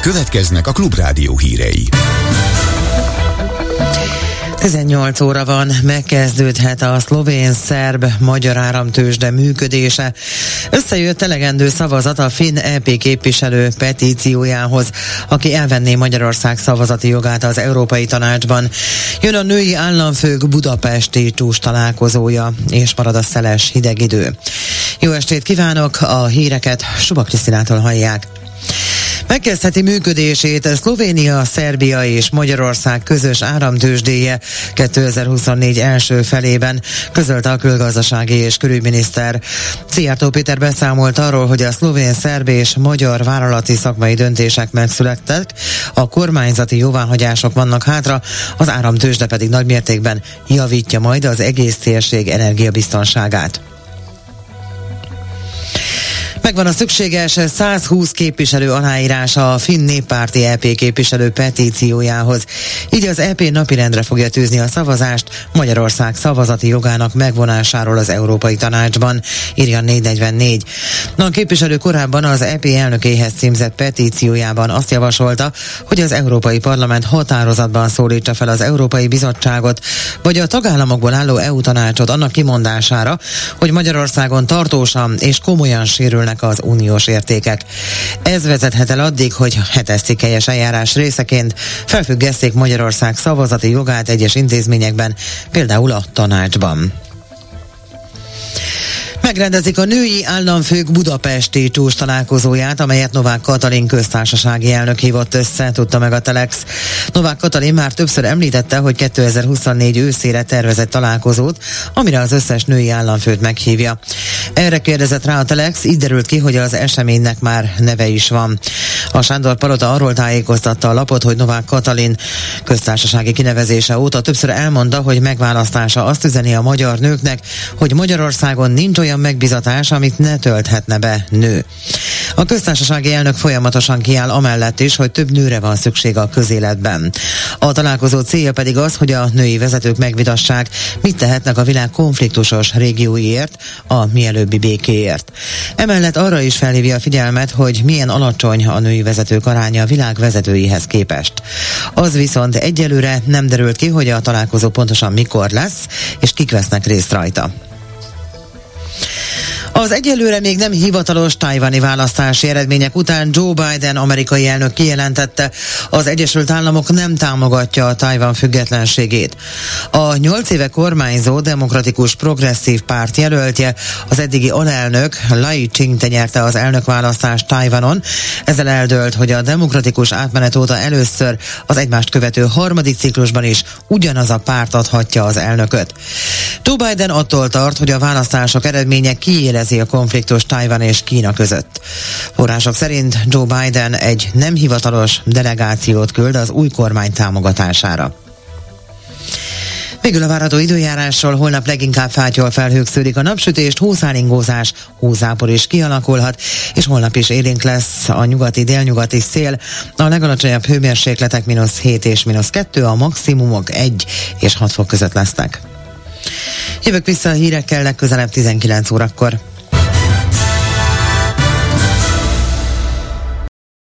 Következnek a Klubrádió hírei. 18 óra van, megkezdődhet a szlovén-szerb-magyar áramtőzsde működése. Összejött elegendő szavazat a finn EP képviselő petíciójához, aki elvenné Magyarország szavazati jogát az Európai Tanácsban. Jön a női államfők budapesti csúcs találkozója, és marad a szeles hideg idő. Jó estét kívánok, a híreket Suba Krisztinától hallják. Megkezdheti működését Szlovénia, Szerbia és Magyarország közös áramtőzsdéje 2024 első felében, közölte a külgazdasági és külügyminiszter. Szijjártó Péter beszámolt arról, hogy a szlovén, szerb és magyar vállalati szakmai döntések megszülettek, a kormányzati jóváhagyások vannak hátra, az áramtőzsde pedig nagymértékben javítja majd az egész térség energiabiztonságát. Megvan a szükséges 120 képviselő aláírása a finn néppárti EP képviselő petíciójához. Így az EP napirendre fogja tűzni a szavazást Magyarország szavazati jogának megvonásáról az Európai Tanácsban, írja 444. A képviselő korábban az EP elnökéhez címzett petíciójában azt javasolta, hogy az Európai Parlament határozatban szólítsa fel az Európai Bizottságot, vagy a tagállamokból álló EU tanácsot annak kimondására, hogy Magyarországon tartósan és komolyan sérülnek az uniós értékek. Ez vezethet el addig, hogy 7. cikkelyes eljárás részeként felfüggeszték Magyarország szavazati jogát egyes intézményekben, például a tanácsban. Megrendezik a női államfők budapesti csúcs találkozóját, amelyet Novák Katalin köztársasági elnök hívott össze, tudta meg a Telex. Novák Katalin már többször említette, hogy 2024 őszére tervezett találkozót, amire az összes női államfőt meghívja. Erre kérdezett rá a Telex, így derült ki, hogy az eseménynek már neve is van. A Sándor Palota arról tájékoztatta a lapot, hogy Novák Katalin köztársasági kinevezése óta többször elmondta, hogy megválasztása azt üzeni a magyar nőknek, hogy Magyarországon nincs olyan megbizatás, amit ne tölthetne be nő. A köztársasági elnök folyamatosan kiáll amellett is, hogy több nőre van szükség a közéletben. A találkozó célja pedig az, hogy a női vezetők megvitassák, mit tehetnek a világ konfliktusos régióiért, a mielőbbi békéért. Emellett arra is felhívja a figyelmet, hogy milyen alacsony a női vezetők aránya a világ vezetőihez képest. Az viszont egyelőre nem derült ki, hogy a találkozó pontosan mikor lesz, és kik vesznek részt rajta. Az egyelőre még nem hivatalos tajvani választási eredmények után Joe Biden amerikai elnök kijelentette, az Egyesült Államok nem támogatja a Tajvan függetlenségét. A 8 éve kormányzó demokratikus progresszív párt jelöltje, az eddigi alelnök Lai Ching-te nyerte az elnökválasztást Tajvanon. Ezzel eldőlt, hogy a demokratikus átmenet óta először az egymást követő harmadik ciklusban is ugyanaz a párt adhatja az elnököt. Joe Biden attól tart, hogy a választások eredménye kiélezi a konfliktus Tajvan és Kína között. Források szerint Joe Biden egy nem hivatalos delegációt küld az új kormány támogatására. Végül a várható időjárásról: holnap leginkább fátyol felhők sződik a napsütést, hószálingózás, hózápor is kialakulhat, és holnap is élénk lesz a nyugati-délnyugati szél. A legalacsonyabb hőmérsékletek -7 és -2, a maximumok 1 és 6 fok között lesznek. Jövök vissza a hírekkel legközelebb 19 órakor.